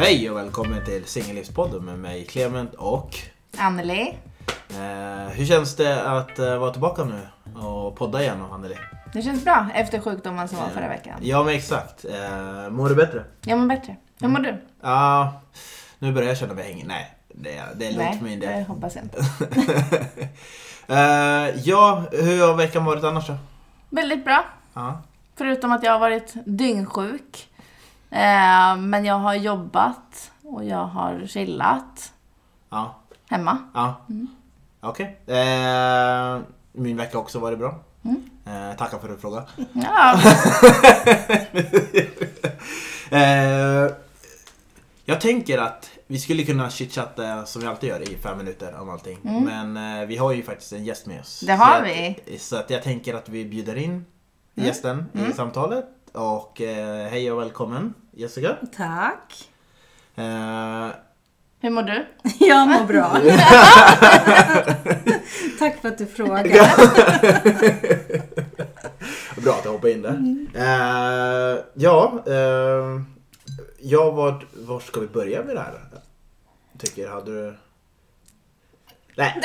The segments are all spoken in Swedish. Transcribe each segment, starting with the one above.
Hej och välkommen till Singellivspodden med mig Clement och Anneli. Hur känns det att vara tillbaka nu och podda igen, Anneli? Det känns bra efter sjukdomen som var förra veckan. Ja, men exakt. Mår du bättre? Jag mår bättre. Hur mår du? Ja, nu börjar jag känna mig hängig. Nej, det är lugnt för min del. Nej, det hoppas jag inte. Ja, hur har veckan varit annars då? Väldigt bra. Ja. Förutom att jag har varit dyngsjuk. Men jag har jobbat och jag har chillat Ja. hemma. Ja. Okej. Min vecka har också varit bra. Tackar för att du frågar. Ja. Jag tänker att vi skulle kunna chitchatta som vi alltid gör i 5 minuter om allting. Men vi har ju faktiskt en gäst med oss. Det har vi. Så att jag tänker att vi bjuder in gästen i samtalet. Och hej och välkommen Jessica. Tack. Hur mår du? Jag mår bra. Tack för att du frågar. Bra att du hoppade in där. Var ska vi börja med det här? Tycker hade du... Nej.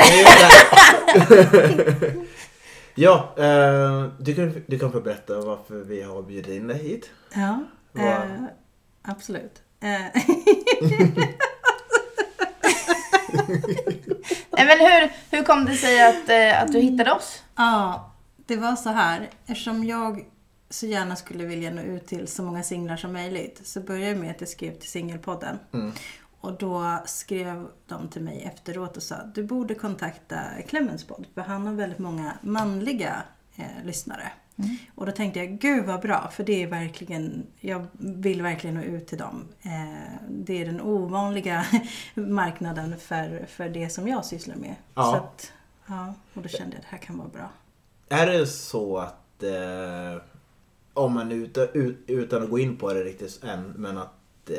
Ja, du kan få berätta varför vi har bjudit in dig hit. Ja, absolut. Men hur kom det sig att du hittade oss? Ja, det var så här. Eftersom jag så gärna skulle vilja nå ut till så många singlar som möjligt, så började jag med att jag skrev till Singelpodden. Och då skrev de till mig efteråt och sa: du borde kontakta Clemens podd, för han har väldigt många manliga lyssnare. Och då tänkte jag, gud vad bra, för det är verkligen, jag vill verkligen nå ut till dem. Det är den ovanliga marknaden för det som jag sysslar med. Ja. Så att, ja, och då kände jag att det här kan vara bra. Är det så att om man utan att gå in på det riktigt än, men att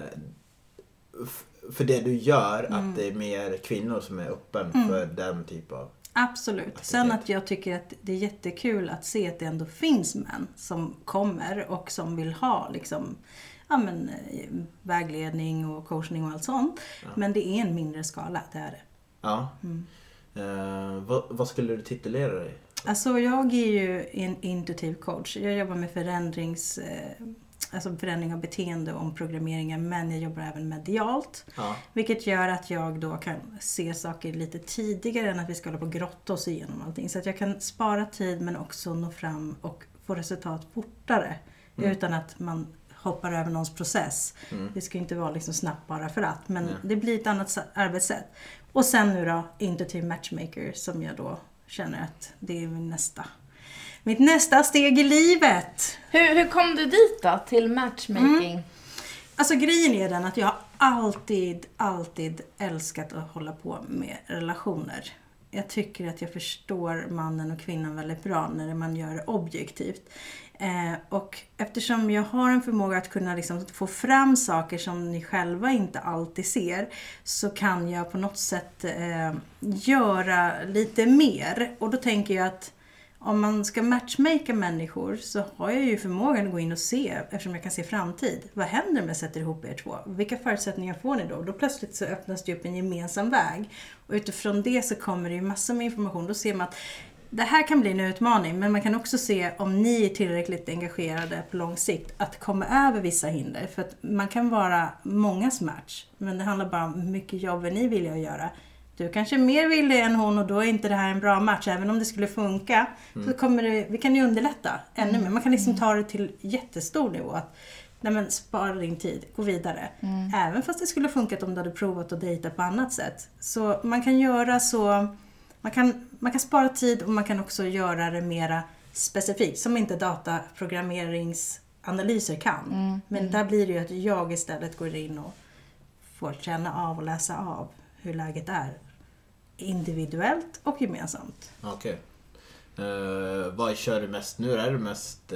för det du gör, att det är mer kvinnor som är öppen för den typen av... Absolut. aktivitet. Sen att jag tycker att det är jättekul att se att det ändå finns män som kommer och som vill ha liksom, vägledning och coachning och allt sånt. Ja. Men det är en mindre skala, det är det. Ja. Vad skulle du titulera dig? Alltså jag är ju en intuitiv coach. Jag jobbar med förändring av beteende och omprogrammeringar, men jag jobbar även medialt. Ja. Vilket gör att jag då kan se saker lite tidigare än att vi ska hålla på och grotta oss igenom allting. Så att jag kan spara tid men också nå fram och få resultat fortare. Utan att man hoppar över någons process. Det ska inte vara liksom snabbt bara för att. Men det blir ett annat arbetssätt. Och sen nu då, intuitive matchmaker, som jag då känner att det är mitt nästa steg i livet. Hur kom du dit då, till matchmaking? Alltså grejen är den att jag alltid älskat att hålla på med relationer. Jag tycker att jag förstår mannen och kvinnan väldigt bra när man gör det objektivt. Och eftersom jag har en förmåga att kunna liksom få fram saker som ni själva inte alltid ser, så kan jag på något sätt göra lite mer. Och då tänker jag att om man ska matchmaka människor, så har jag ju förmågan att gå in och se, eftersom jag kan se framtid. Vad händer om jag sätter ihop er två? Vilka förutsättningar får ni då? Då plötsligt så öppnas det upp en gemensam väg. Och utifrån det så kommer det ju massor med information. Då ser man att det här kan bli en utmaning, men man kan också se om ni är tillräckligt engagerade på lång sikt att komma över vissa hinder. För att man kan vara mångas match, men det handlar bara om hur mycket jobb ni vill göra. Du kanske är mer villig än hon, och då är inte det här en bra match. Även om det skulle funka så kommer vi kan ju underlätta ännu mer. Man kan liksom ta det till jättestor nivå. Att spara din tid, gå vidare. Även fast det skulle funkat om du hade provat att dejta på annat sätt. Så man kan göra så, man kan spara tid, och man kan också göra det mera specifikt. Som inte dataprogrammeringsanalyser kan. Men där blir det ju att jag istället går in och får känna av och läsa av hur läget är. Individuellt och gemensamt. Okej. Vad kör du mest nu? Är det mest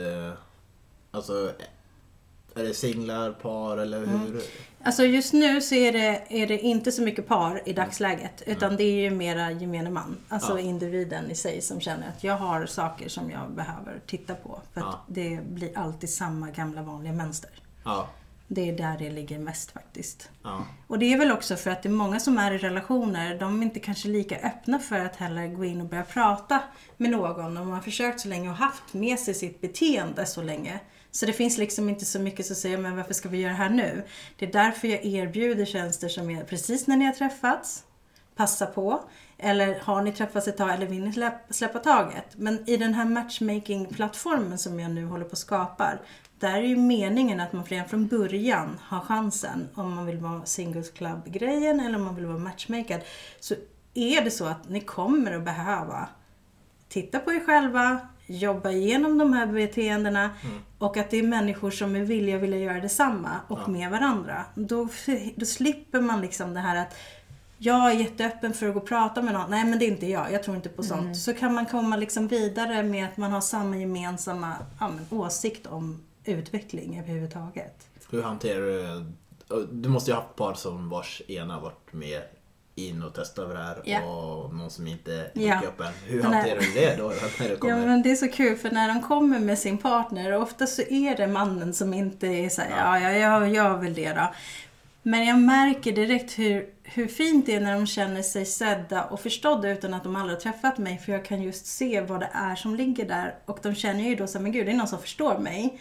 är det singlar, par eller hur? Alltså just nu så är det inte så mycket par i dagsläget, utan det är ju mera gemene man. Alltså individen i sig som känner att jag har saker som jag behöver titta på. För att det blir alltid samma gamla vanliga mönster. Ja. Det är där det ligger mest faktiskt. Ja. Och det är väl också för att det är många som är i relationer, de är inte kanske lika öppna för att heller gå in och börja prata med någon. De har försökt så länge och haft med sig sitt beteende så länge. Så det finns liksom inte så mycket som säger, men varför ska vi göra det här nu? Det är därför jag erbjuder tjänster som är precis när ni har träffats. Passa på. Eller har ni träffats ett tag eller vill ni släppa taget? Men i den här matchmaking-plattformen som jag nu håller på att skapa, där är ju meningen att man redan från början har chansen, om man vill vara singles club-grejen eller om man vill vara matchmakad. Så är det så att ni kommer att behöva titta på er själva, jobba igenom de här beteendena och att det är människor som är vilja göra detsamma och med varandra. Då slipper man liksom det här att jag är jätteöppen för att gå och prata med någon. Nej, men det är inte jag tror inte på sånt. Så kan man komma liksom vidare med att man har samma gemensamma åsikt om utveckling överhuvudtaget. Hur hanterar du... Du måste ju ha haft par som vars ena varit med in och testa över det här och någon som inte gick upp än. Hur hanterar du det då när det kommer? Ja, men det är så kul för när de kommer med sin partner, ofta så är det mannen som inte är så här, jag vill det då. Men jag märker direkt hur fint det är när de känner sig sedda och förstådda utan att de aldrig har träffat mig. För jag kan just se vad det är som ligger där. Och de känner ju då så här, men gud, det är någon som förstår mig.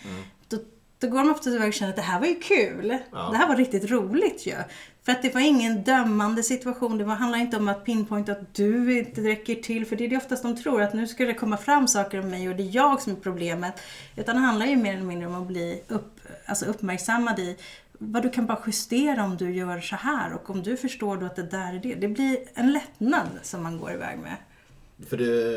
Då går de ofta tillbaka och känner att det här var ju kul. Ja. Det här var riktigt roligt ju. För att det var ingen dömande situation. Det handlar inte om att pinpointa att du inte räcker till. För det är det oftast de tror, att nu ska det komma fram saker om mig och det är jag som är problemet. Utan det handlar ju mer eller mindre om att bli uppmärksammad i vad du kan bara justera om du gör så här. Och om du förstår då att det där är det. Det blir en lättnad som man går iväg med. För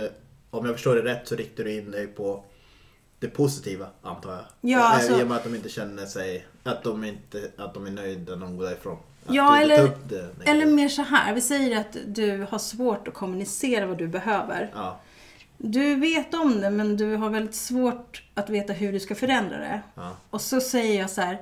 om jag förstår det rätt så riktar du in dig på det positiva, antar jag. Ja, alltså, i och med att de inte känner sig, att de är nöjda när de går därifrån. Ja, eller mer så här. Vi säger att du har svårt att kommunicera vad du behöver. Ja. Du vet om det, men du har väldigt svårt att veta hur du ska förändra det. Ja. Och så säger jag så här: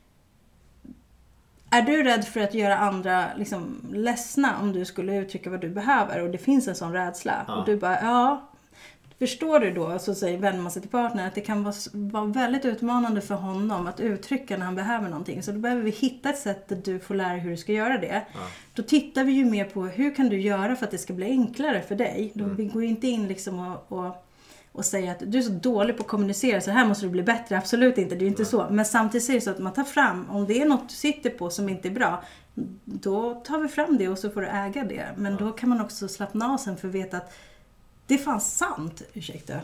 är du rädd för att göra andra liksom ledsna om du skulle uttrycka vad du behöver? Och det finns en sån rädsla. Ja. Och du bara, förstår du då, så vänder man sig till partnern, att det kan vara väldigt utmanande för honom att uttrycka när han behöver någonting. Så då behöver vi hitta ett sätt där du får lära dig hur du ska göra det. Ja. Då tittar vi ju mer på hur kan du göra för att det ska bli enklare för dig. Då vi går ju inte in liksom och säger att du är så dålig på att kommunicera, så här måste du bli bättre. Absolut inte, det är ju inte så. Men samtidigt är det så att man tar fram, om det är något du sitter på som inte är bra, då tar vi fram det och så får du äga det. Men då kan man också slappna av sen för att veta att det är fan sant, ursäkta.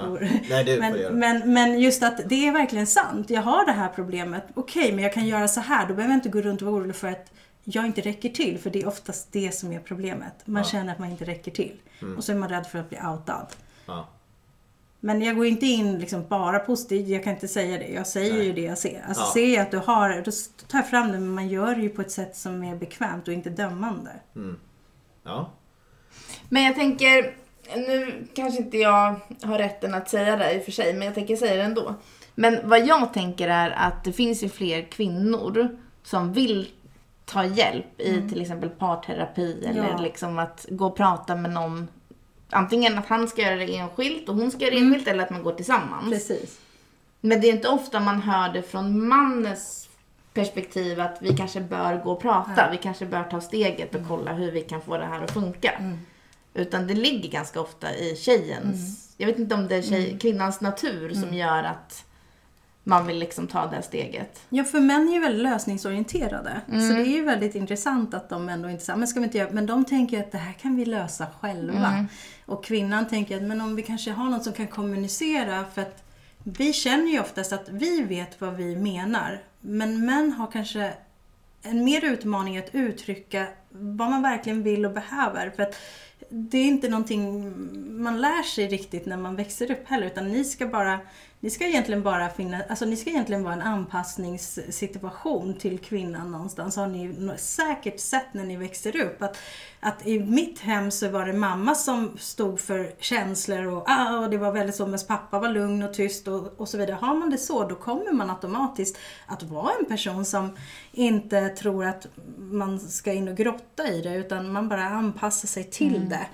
Nej, men just att det är verkligen sant. Jag har det här problemet. Okej, men jag kan göra så här. Då behöver jag inte gå runt och vara orolig för att jag inte räcker till. För det är oftast det som är problemet. Man känner att man inte räcker till. Och så är man rädd för att bli outad. Ja. Men jag går inte in liksom bara positivt. Jag kan inte säga det. Jag säger ju det jag ser. Alltså ser jag att du har det, då tar jag fram det. Men man gör det ju på ett sätt som är bekvämt och inte dömande. Ja. Men jag tänker, nu kanske inte jag har rätten att säga det i och för sig, men jag tänker säga det ändå. Men vad jag tänker är att det finns ju fler kvinnor som vill ta hjälp i till exempel parterapi eller liksom att gå och prata med någon. Antingen att han ska göra det enskilt och hon ska göra det enskilt eller att man går tillsammans. Precis. Men det är inte ofta man hör det från mannens perspektiv att vi kanske bör gå och prata. Vi kanske bör ta steget och kolla hur vi kan få det här att funka. Utan det ligger ganska ofta i tjejens, jag vet inte om det är kvinnans natur som gör att man vill liksom ta det här steget. Ja, för män är ju väldigt lösningsorienterade. Så det är ju väldigt intressant att de ändå inte säger, men ska vi inte göra, men de tänker att det här kan vi lösa själva. Och kvinnan tänker att men om vi kanske har någon som kan kommunicera, för att vi känner ju oftast att vi vet vad vi menar. Men män har kanske en mer utmaning att uttrycka vad man verkligen vill och behöver. För att det är inte någonting man lär sig riktigt när man växer upp heller, utan ni ska egentligen bara finna, alltså ni ska egentligen vara en anpassningssituation till kvinnan någonstans. Har ni säkert sett när ni växer upp att i mitt hem så var det mamma som stod för känslor och det var väldigt så, men pappa var lugn och tyst och så vidare. Har man det så, då kommer man automatiskt att vara en person som inte tror att man ska in och grotta i det, utan man bara anpassar sig till det.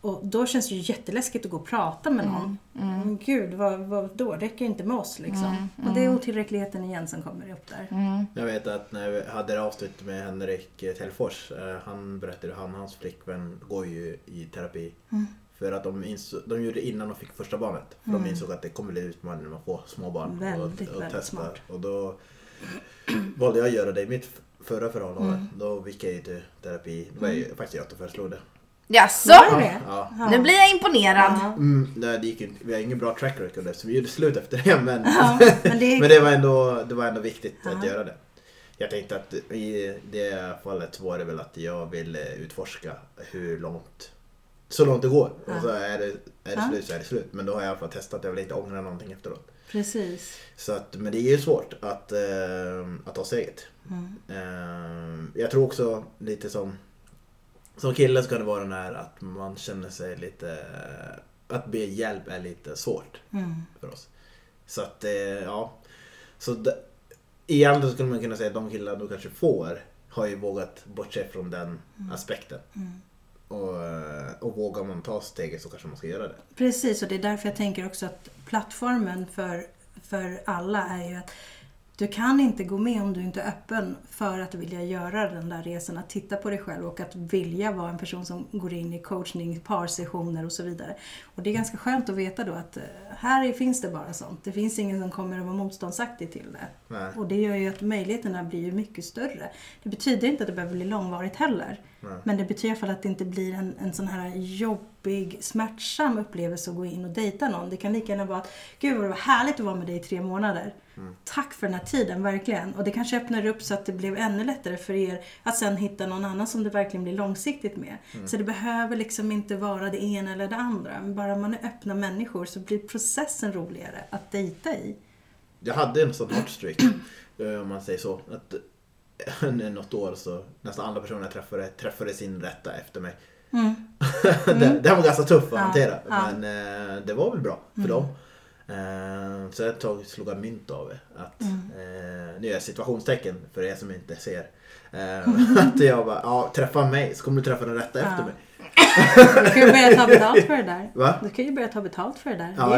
Och då känns det ju jätteläskigt att gå och prata med någon. Men gud, vad då? Räcker inte med oss liksom. Och det är otillräckligheten igen som kommer upp där. Jag vet att när vi hade det avsnitt med Henrik Tellfors, han berättade att hans flickvän går ju i terapi. För att de gjorde det innan de fick första barnet. För de insåg att det kommer bli utmaning när man får små barn. Väldigt och testar. smart. Och då valde jag att göra det i mitt förra förhållande. Då gick jag ju till terapi. Det var ju faktiskt jag som föreslog det. Jaså? Ja. Nu blir jag imponerad. Det gick inte, vi har ingen bra track record så vi gjorde slut efter det. Men, men det var ändå viktigt att göra det. Jag tänkte att i det fallet var det väl att jag ville utforska så långt det går. Och så är det slut så är det slut. Men då har jag i alla fall testat att jag vill inte ångra någonting efteråt. Precis. Så att, men det är ju svårt att ta steget. Jag tror också lite som kille så kan det vara den här att man känner sig lite, att be hjälp är lite svårt för oss. Så att egentligen skulle man kunna säga att de killar du kanske har ju vågat bortse från den aspekten. Och vågar man ta steget så kanske man ska göra det. Precis, och det är därför jag tänker också att plattformen för alla är ju att du kan inte gå med om du inte är öppen för att vilja göra den där resan, att titta på dig själv och att vilja vara en person som går in i coachning, parsessioner och så vidare. Och det är ganska skönt att veta då att här finns det bara sånt. Det finns ingen som kommer att vara motståndsaktig till det. Nej. Och det gör ju att möjligheterna blir ju mycket större. Det betyder inte att det behöver bli långvarigt heller. Nej. Men det betyder i alla fall att det inte blir en sån här jobbig, smärtsam upplevelse att gå in och dejta någon. Det kan lika gärna vara att gud vad det var härligt att vara med dig i 3 månader. Tack för den här tiden, verkligen. Och det kanske öppnar upp så att det blev ännu lättare för er att sen hitta någon annan som det verkligen blir långsiktigt med. Så det behöver liksom inte vara det ena eller det andra. Men bara man är öppna människor så blir processen roligare att dejta i. Jag hade en sån heartstreak, om man säger så. Att något år så nästan alla personer jag träffade sin rätta efter mig. Det var ganska tufft att hantera. Men det var väl bra för dem. Så ett tag slog jag mynt av det. Att, nu är jag situationstecken för er som inte ser. Att jag bara, träffa mig så kommer du träffa den rätta efter mig. Du kan ju börja ta betalt för det där. Va? Du kan ju börja ta betalt för det där. Ja, det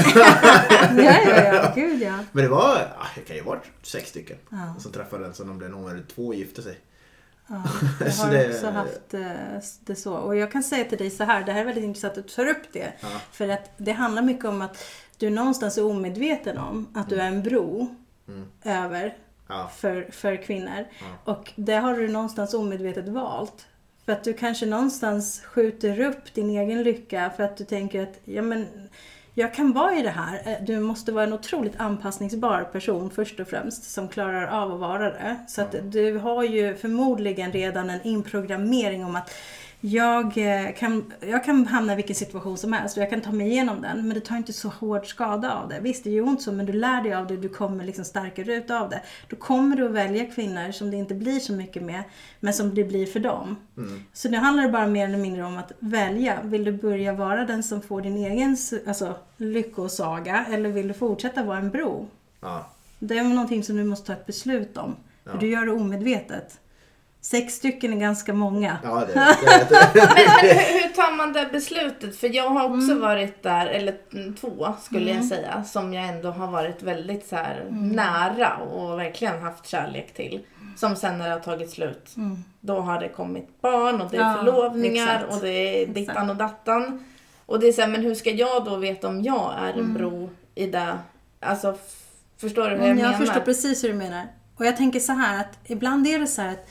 är ja. Gud ja. Men det var, det kan ju vara 6 stycken som träffade den, så de blev nummer 2 gifte sig. Ja, jag har också haft det så. Och jag kan säga till dig så här, det här är väldigt intressant att du tar upp det. För att det handlar mycket om att du någonstans är omedveten om att du är en bro över för kvinnor. Och det har du någonstans omedvetet valt. För att du kanske någonstans skjuter upp din egen lycka för att du tänker att jag kan vara i det här. Du måste vara en otroligt anpassningsbar person först och främst som klarar av att vara det. Så att du har ju förmodligen redan en inprogrammering om att jag kan hamna i vilken situation som helst och jag kan ta mig igenom den, men det tar inte så hård skada av det. Visst, det gör ont så, men du lär dig av det, du kommer liksom starkare ut av det. Då kommer du att välja kvinnor som det inte blir så mycket med, men som det blir för dem. Så nu handlar det bara mer eller mindre om att välja. Vill du börja vara den som får din egen lyckosaga, eller vill du fortsätta vara en bro? Det är någonting som du måste ta ett beslut om. För du gör det omedvetet. 6 stycken är ganska många. Ja, det. Men hur tar man det beslutet? För jag har också varit där, eller 2 skulle jag säga, som jag ändå har varit väldigt så här nära och verkligen haft kärlek till. Som sen när det har tagit slut. Då har det kommit barn och det är förlovningar och det är dittan och dattan. Och det är så här, men hur ska jag då veta om jag är en bro i det? Alltså, förstår du hur jag menar? Jag förstår precis hur du menar. Och jag tänker så här att ibland är det så här att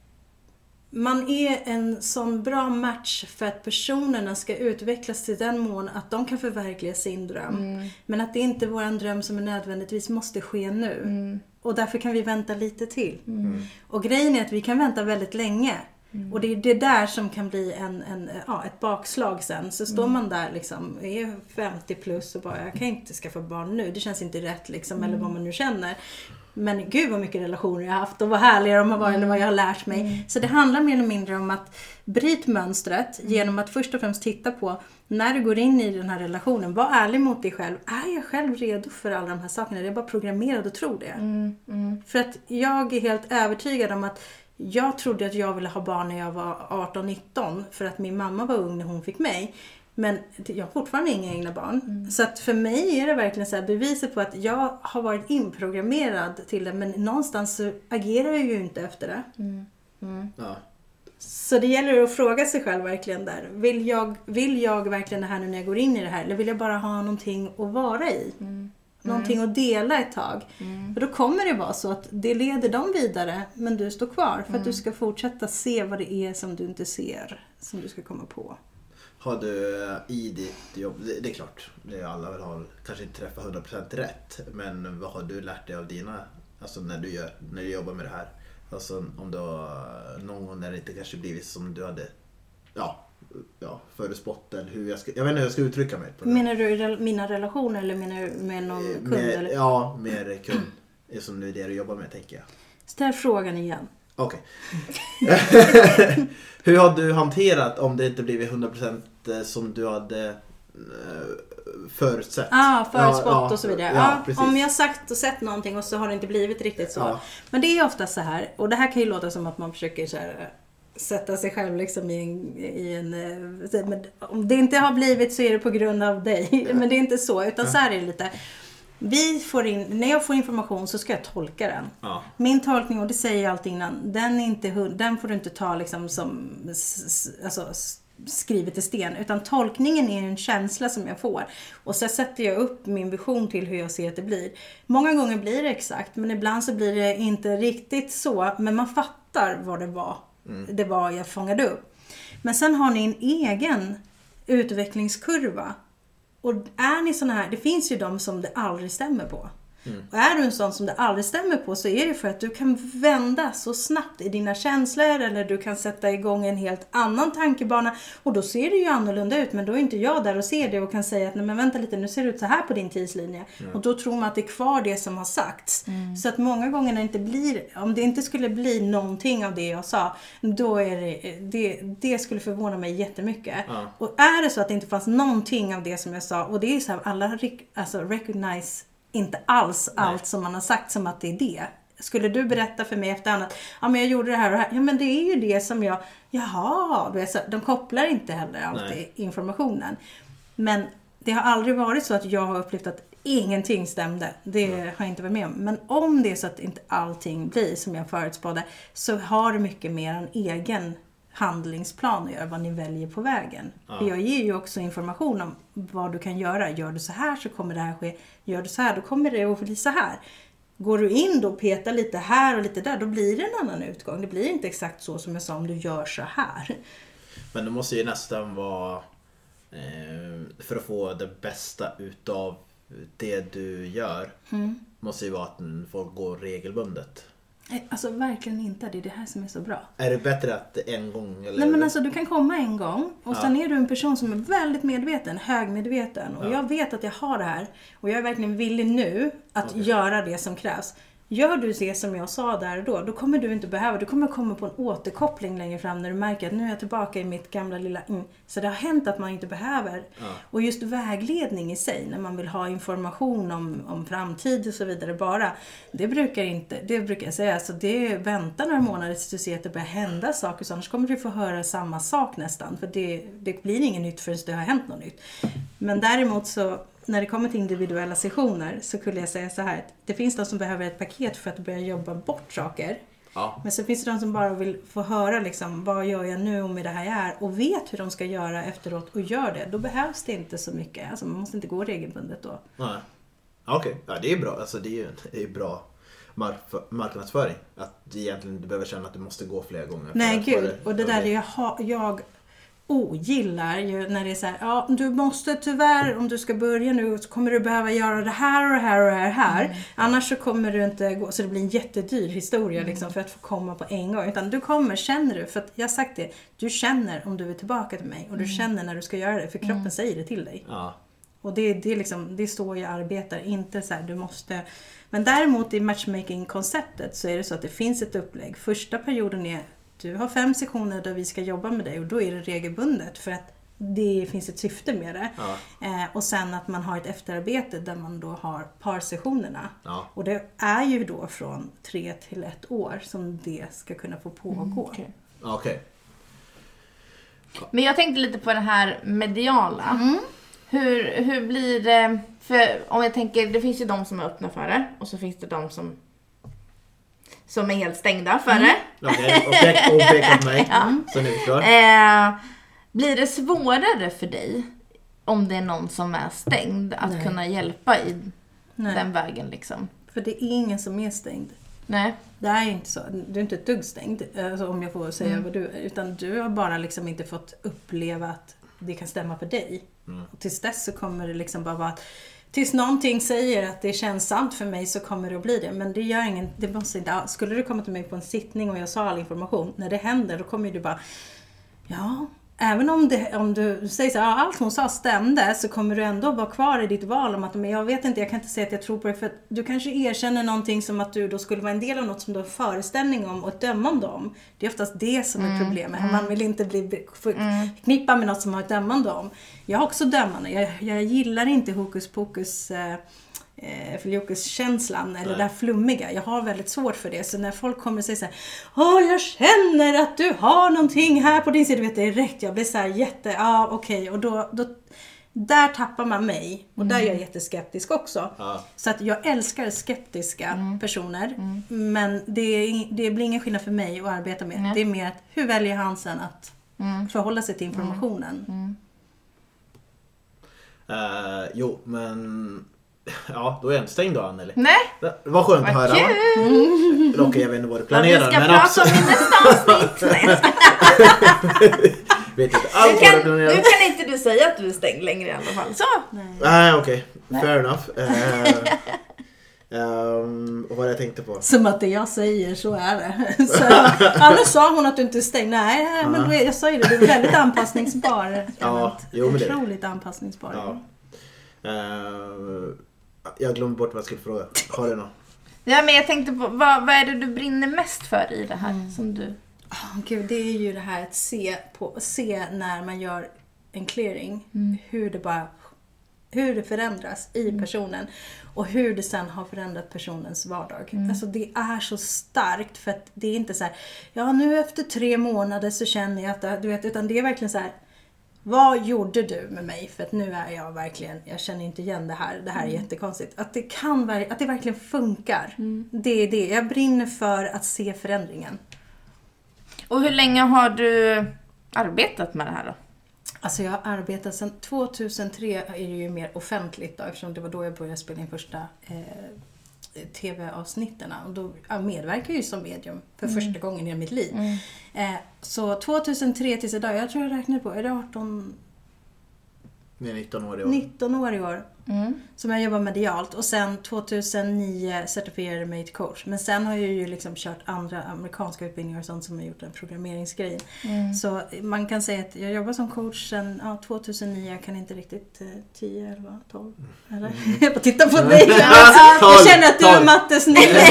man är en sån bra match för att personerna ska utvecklas till den mån att de kan förverkliga sin dröm. Men att det inte är våran dröm som är nödvändigtvis måste ske nu. Och därför kan vi vänta lite till. Och grejen är att vi kan vänta väldigt länge. Och det är det där som kan bli ett bakslag sen. Så står man där liksom, är 50 plus och bara, jag kan inte skaffa barn nu. Det känns inte rätt liksom, eller vad man nu känner. Men gud vad mycket relationer jag har haft och vad härliga de har varit eller vad jag har lärt mig. Så det handlar mer eller mindre om att bryta mönstret genom att först och främst titta på när du går in i den här relationen. Var ärlig mot dig själv. Är jag själv redo för alla de här sakerna? Det är bara programmerad att tro det. För att jag är helt övertygad om att Jag trodde att jag ville ha barn när jag var 18-19 för att min mamma var ung när hon fick mig. Men jag har fortfarande inga egna barn. Så att för mig är det verkligen så här beviset på att jag har varit inprogrammerad till det. Men någonstans så agerar jag ju inte efter det. Ja. Så det gäller att fråga sig själv verkligen där. Vill jag verkligen det här nu när jag går in i det här? Eller vill jag bara ha någonting att vara i? Någonting att dela ett tag. För då kommer det vara så att det leder dem vidare. Men du står kvar. För att du ska fortsätta se vad det är som du inte ser. Som du ska komma på. Har du i ditt jobb, det är klart, alla vill ha, kanske inte träffa 100% rätt, men vad har du lärt dig av dina, alltså när du jobbar med det här? Alltså om du har någon gång när det inte kanske blivit som du hade, förutspått, eller jag vet inte hur jag ska uttrycka mig på det. Menar du mina relationer eller menar du med någon kund? Eller? Ja, med kund, som nu är det du jobbar med, tänker jag. Ställ frågan igen. Okej. Hur har du hanterat om det inte blivit 100% som du hade förutsett? Förutspått och så vidare. Ja, om jag sagt och sett någonting och så har det inte blivit riktigt så. Ja. Men det är ofta så här, och det här kan ju låta som att man försöker så här, sätta sig själv liksom i en men om det inte har blivit så är det på grund av dig. Men det är inte så, utan så här är det lite. När jag får information så ska jag tolka den. Ja. Min tolkning, och det säger jag alltid innan, den får du inte ta liksom som skrivet i sten, utan tolkningen är en känsla som jag får. Och så sätter jag upp min vision till hur jag ser att det blir. Många gånger blir det exakt, men ibland så blir det inte riktigt så, men man fattar vad det var. Det var jag fångade upp. Men sen har ni en egen utvecklingskurva. Och är ni såna här, det finns ju de som det aldrig stämmer på. Och är du en sån som det aldrig stämmer på, så är det för att du kan vända så snabbt i dina känslor, eller du kan sätta igång en helt annan tankebana, och då ser det ju annorlunda ut, men då är inte jag där och ser det och kan säga att nej men vänta lite, nu ser det ut så här på din tidslinje. Och då tror man att det är kvar det som har sagts. Så att många gånger när det inte blir, om det inte skulle bli någonting av det jag sa, då är det skulle förvåna mig jättemycket. Och är det så att det inte fanns någonting av det som jag sa, och det är så här, alla recognize inte alls allt som man har sagt som att det är det. Skulle du berätta för mig efter annat, men jag gjorde det här och det här. Ja, men det är ju det som de kopplar inte heller alltid informationen. Men det har aldrig varit så att jag har upplevt att ingenting stämde. Det har jag inte varit med om. Men om det är så att inte allting blir som jag förutspådde, så har det mycket mer en egen handlingsplan att göra, vad ni väljer på vägen. För jag ger ju också information om vad du kan göra. Gör du så här så kommer det här ske. Gör du så här, då kommer det att bli så här. Går du in då och petar lite här och lite där, då blir det en annan utgång. Det blir inte exakt så som jag sa om du gör så här. Men det måste ju nästan vara för att få det bästa utav det du gör, måste ju vara att folk går regelbundet. Alltså verkligen inte, det är det här som är så bra. Är det bättre att en gång? Eller? Nej, men alltså du kan komma en gång och sen är du en person som är väldigt medveten, högmedveten. Och jag vet att jag har det här och jag är verkligen villig nu att göra det som krävs. Gör du det som jag sa där och då kommer du inte behöva, du kommer komma på en återkoppling längre fram när du märker att nu är jag tillbaka i mitt gamla lilla så det har hänt att man inte behöver. Och just vägledning i sig, när man vill ha information om framtid och så vidare bara, det brukar jag säga, alltså det väntar några månader tills du ser att det börjar hända saker, så annars kommer du få höra samma sak nästan, för det blir inget nytt förrän det har hänt något nytt. Men däremot så när det kommer till individuella sessioner så skulle jag säga så här. Det finns de som behöver ett paket för att börja jobba bort saker. Ja. Men så finns det de som bara vill få höra liksom, vad gör jag nu med det här jag är, och vet hur de ska göra efteråt och gör det. Då behövs det inte så mycket. Alltså man måste inte gå regelbundet då. Nej. Okej. Ja, det är bra. Alltså det är bra marknadsföring. Att egentligen du behöver känna att du måste gå flera gånger. Nej, gud. Och det där är jag ogillar ju när det är så här, du måste tyvärr, om du ska börja nu så kommer du behöva göra det här och det här och det här. Annars så kommer du inte gå, så det blir en jättedyr historia liksom, för att få komma på en gång. Utan du kommer, känner du, för att jag har sagt det, du känner om du är tillbaka till mig och du känner när du ska göra det, för kroppen säger det till dig. Ja. Och det är liksom, det är så jag arbetar, inte så här, du måste. Men däremot i matchmaking-konceptet så är det så att det finns ett upplägg. Första perioden är, du har 5 sessioner där vi ska jobba med dig och då är det regelbundet, för att det finns ett syfte med det. Ja. Och sen att man har ett efterarbete där man då har parsessionerna. Ja. Och det är ju då från 3 till 1 år som det ska kunna få pågå. Okej. Men jag tänkte lite på det här mediala. Hur blir det, för om jag tänker, det finns ju de som är öppna för det och så finns det de som är helt stängda för det. Okej, och peka på mig. Så nu förstår. Blir det svårare för dig om det är någon som är stängd att kunna hjälpa i den vägen liksom? För det är ingen som är stängd. Nej. Det är inte så. Du är inte ett dugg stängd, alltså, om jag får säga vad du är. Utan du har bara liksom inte fått uppleva att det kan stämma för dig. Och tills dess så kommer det liksom bara vara att tills någonting säger att det känns sant för mig så kommer det att bli det. Men det gör ingen, det måste inte, skulle du komma till mig på en sittning och jag sa all information, när det händer då kommer du bara, ja, även om du säger så här, allt hon sa stämde, så kommer du ändå vara kvar i ditt val om att, men jag vet inte, jag kan inte säga att jag tror på det, för att du kanske erkänner någonting som att du då skulle vara en del av något som du har föreställning om och dömande om. Det är oftast det som är problemet. Man vill inte bli förknippad med något som har ett dömande om. Jag har också dömande. Jag gillar inte hokus pokus känslan eller det där flummiga. Jag har väldigt svårt för det. Så när folk kommer och säger så här, jag känner att du har någonting här på din sida, vet direkt, jag blir så här okej. Och då där tappar man mig. Och där är jag jätteskeptisk också. Så att jag älskar skeptiska personer. Men det blir ingen skillnad för mig att arbeta med. Det är mer att hur väljer han sen att förhålla sig till informationen. Jo, men ja, då är jag inte stängd då, Anneli. Nej. Det var skönt att höra. Okej, jag vet inte vad du planerar. Vi ska prata om i nästa avsnitt. Vet inte alls vad du planerar. Nu kan inte du säga att du är stängd längre i alla fall. Så. Nej, okej. Fair enough. Och vad jag tänkte på. Som att det jag säger, så är det. Så, annars sa hon att du inte är stängd. Nej, men jag sa ju det. Du är väldigt anpassningsbar. Otroligt anpassningsbar. Ja. Jag glömde bort vad jag skulle fråga. Har du något? Ja, men jag tänkte på, vad är det du brinner mest för i det här som du... Gud, det är ju det här att se när man gör en clearing. Hur det förändras i personen. Och hur det sen har förändrat personens vardag. Alltså det är så starkt. För att det är inte så här, nu efter 3 månader så känner jag att, du vet, utan det är verkligen så här, vad gjorde du med mig? För att nu är jag verkligen, jag känner inte igen det här. Det här är jättekonstigt. Att det verkligen funkar. Det är det. Jag brinner för att se förändringen. Och hur länge har du arbetat med det här då? Alltså jag har arbetat sedan 2003, är det ju mer offentligt då, eftersom det var då jag började spela in första tv-avsnitten. Och då medverkar jag ju som medium för första gången i mitt liv. Så 2003 tills idag, jag tror jag räknade på, är det 18... Det är 19 år i år. 19 år i år. Som jag jobbar medialt. Och sen 2009 certifierade mig till coach. Men sen har jag ju liksom kört andra amerikanska utbildningar och sånt som har gjort en programmeringsgrej. Så man kan säga att jag jobbar som coach sen 2009. Jag kan inte riktigt 10, 11, 12. Eller? Jag får titta på dig. Jag känner att du är mattesnille.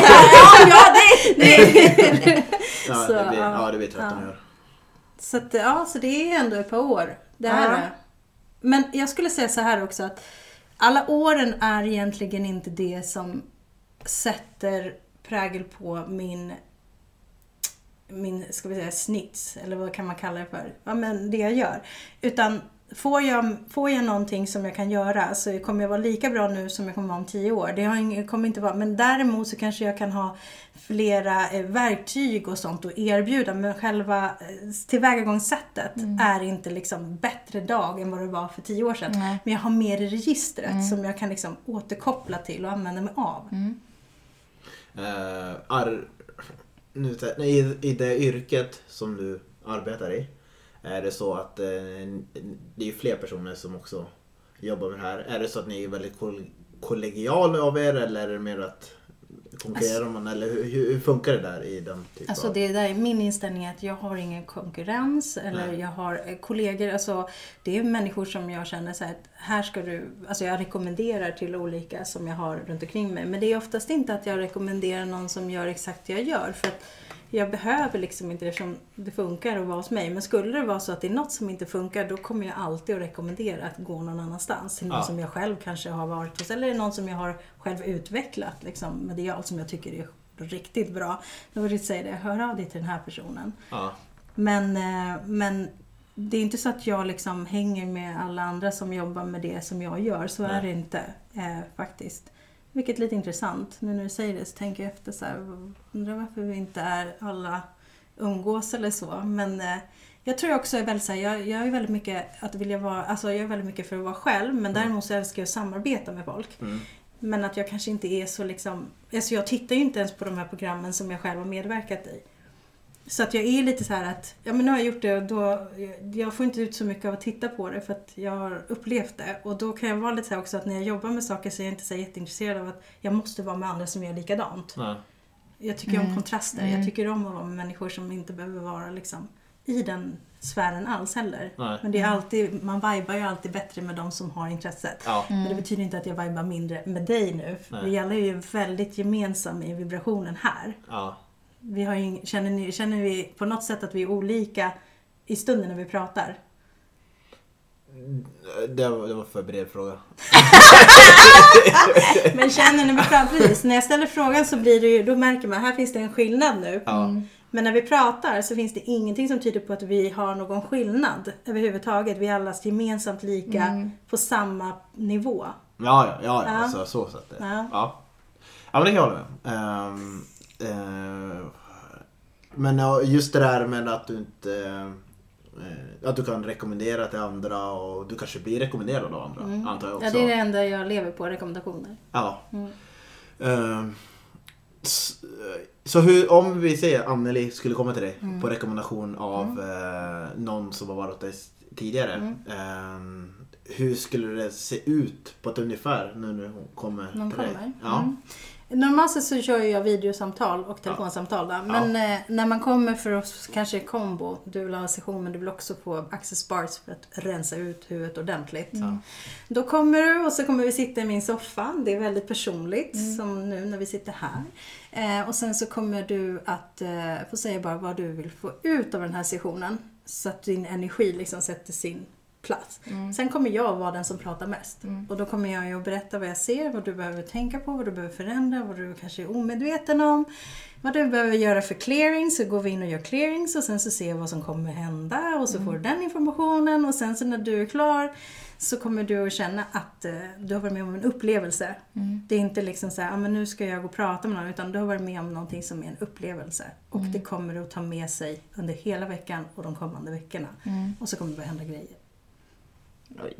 Det vet 13 år. Så att, så det är ändå ett par år. Det är det. Men jag skulle säga så här också, att alla åren är egentligen inte det som sätter prägel på min ska vi säga snits, eller vad kan man kalla det för? Ja, men det jag gör. Utan får jag någonting som jag kan göra, så kommer jag vara lika bra nu som jag kommer vara om 10 år. Kommer inte vara, men däremot så kanske jag kan ha flera verktyg och sånt och erbjuda, men själva tillvägagångssättet är inte liksom bättre dag än vad det var för 10 år sedan. Men jag har mer i registret som jag kan liksom återkoppla till och använda mig av. I det yrket som du arbetar i, är det så att det är fler personer som också jobbar med det här? Är det så att ni är väldigt kollegiala av er, eller är det mer att konkurrerar man, eller hur funkar det där i den typen av... det där är min inställning, att jag har ingen konkurrens eller jag har kollegor, alltså det är människor som jag känner så här ska du, alltså jag rekommenderar till olika som jag har runt omkring mig, men det är oftast inte att jag rekommenderar någon som gör exakt det jag gör, för att Jag behöver liksom inte det som det funkar att vara hos mig. Men skulle det vara så att det är något som inte funkar, då kommer jag alltid att rekommendera att gå någon annanstans. Till någon som jag själv kanske har varit hos. Eller någon som jag har själv utvecklat liksom, medialt som jag tycker är riktigt bra. Då vill jag säga det, hör av dig till den här personen. Ja. Men det är inte så att jag liksom hänger med alla andra som jobbar med det som jag gör. Så är det inte faktiskt. Vilket är lite intressant. Nu när du säger det så tänker jag efter så här, undrar varför vi inte är alla umgås eller så. Men jag tror också är väldigt så här, jag är väldigt mycket att vilja vara, alltså jag är väldigt mycket för att vara själv. Men däremot så älskar jag att samarbeta med folk. Men att jag kanske inte är så liksom, alltså jag tittar ju inte ens på de här programmen som jag själv har medverkat i. Så att jag är lite så här att, ja men nu har jag gjort det och då, jag får inte ut så mycket av att titta på det för att jag har upplevt det. Och då kan jag vara lite så här också att när jag jobbar med saker så är jag inte så jätteintresserad av att jag måste vara med andra som gör likadant. Nej. Jag tycker om kontraster, jag tycker om att vara med människor som inte behöver vara liksom i den sfären alls heller. Nej. Men det är alltid, man vibar ju alltid bättre med de som har intresset. Ja. Men det betyder inte att jag vibar mindre med dig nu. Vi alla är ju väldigt gemensam i vibrationen här. Ja. Vi har ju, känner vi på något sätt att vi är olika i stunden när vi pratar? Det var för bred fråga. Men känner när vi pratar, precis, när jag ställer frågan så blir det ju, då märker man här finns det en skillnad nu. Men när vi pratar så finns det ingenting som tyder på att vi har någon skillnad överhuvudtaget. Vi är allas gemensamt lika på samma nivå. Ja. Alltså, så sätt det. Ja, men det kan jag hålla med. Men just det där med att du inte att du kan rekommendera till andra och du kanske blir rekommenderad av andra, antar jag också. Ja, det är det enda jag lever på, rekommendationer. Ja. Så hur, om vi säger Anneli skulle komma till dig på rekommendation av någon som har varit hos dig tidigare, hur skulle det se ut på ett ungefär när hon kommer till dig? Ja. Normalt så kör jag videosamtal och telefonsamtal där. Men när man kommer för oss kanske kombo, du vill ha en session men du vill också få access bars för att rensa ut huvudet ordentligt. Då kommer du och så kommer vi sitta i min soffa. Det är väldigt personligt som nu när vi sitter här. Och sen så kommer du att få säga bara vad du vill få ut av den här sessionen. Så att din energi liksom sätter sin plats. Sen kommer jag vara den som pratar mest. Och då kommer jag ju att berätta vad jag ser, vad du behöver tänka på, vad du behöver förändra, vad du kanske är omedveten om, vad du behöver göra för clearings. Så går vi in och gör clearings och sen så ser vi vad som kommer hända och så får du den informationen och sen så när du är klar så kommer du att känna att du har varit med om en upplevelse. Det är inte liksom så här, men nu ska jag gå och prata med någon, utan du har varit med om någonting som är en upplevelse. Och det kommer du att ta med sig under hela veckan och de kommande veckorna. Och så kommer det att hända grejer. Oj.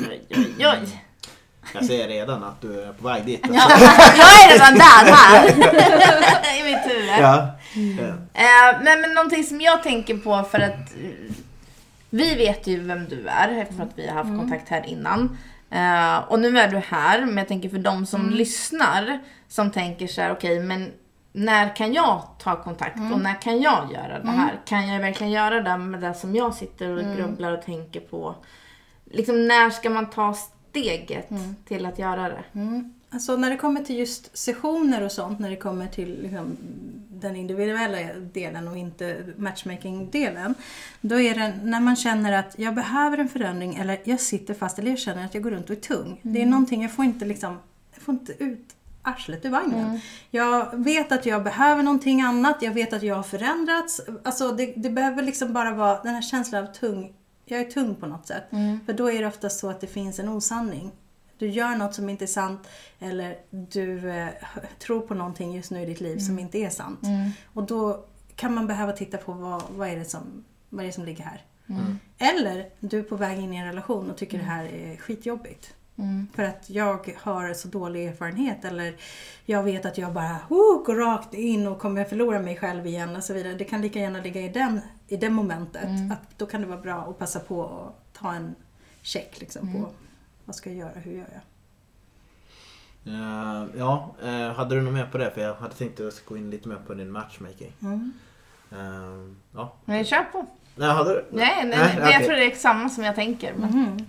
Jag ser redan att du är på väg dit. Jag är redan där här. I mitt huvud. Men någonting som jag tänker på, för att vi vet ju vem du är eftersom att vi har haft kontakt här innan. Och nu är du här, men jag tänker för de som lyssnar som tänker så här, okej, men när kan jag ta kontakt och när kan jag göra det här? Kan jag verkligen göra det med det som jag sitter och grubblar och tänker på? Liksom, när ska man ta steget till att göra det? Alltså när det kommer till just sessioner och sånt, när det kommer till liksom, den individuella delen och inte matchmaking-delen, då är det när man känner att jag behöver en förändring eller jag sitter fast eller jag känner att jag går runt och är tung. Det är någonting, jag får inte ut arslet ur vagnen. Jag vet att jag behöver någonting annat, jag vet att jag har förändrats. Alltså det behöver liksom bara vara den här känslan av tung. Jag är tung på något sätt. För då är det ofta så att det finns en osanning. Du gör något som inte är sant. Eller du tror på någonting just nu i ditt liv som inte är sant. Och då kan man behöva titta på vad är det som ligger här. Eller du är på väg in i en relation och tycker det här är skitjobbigt. För att jag har så dålig erfarenhet. Eller jag vet att jag bara går rakt in och kommer förlora mig själv igen och så vidare. Det kan lika gärna ligga i den momentet. Att då kan det vara bra att passa på att ta en check liksom, på vad ska jag göra, hur gör jag? Hade du något mer på det? För jag hade tänkt att jag ska gå in lite mer på din matchmaking. Men kör på. Nej, hade du? Nej, okay. Jag tror det är samma som jag tänker. Men...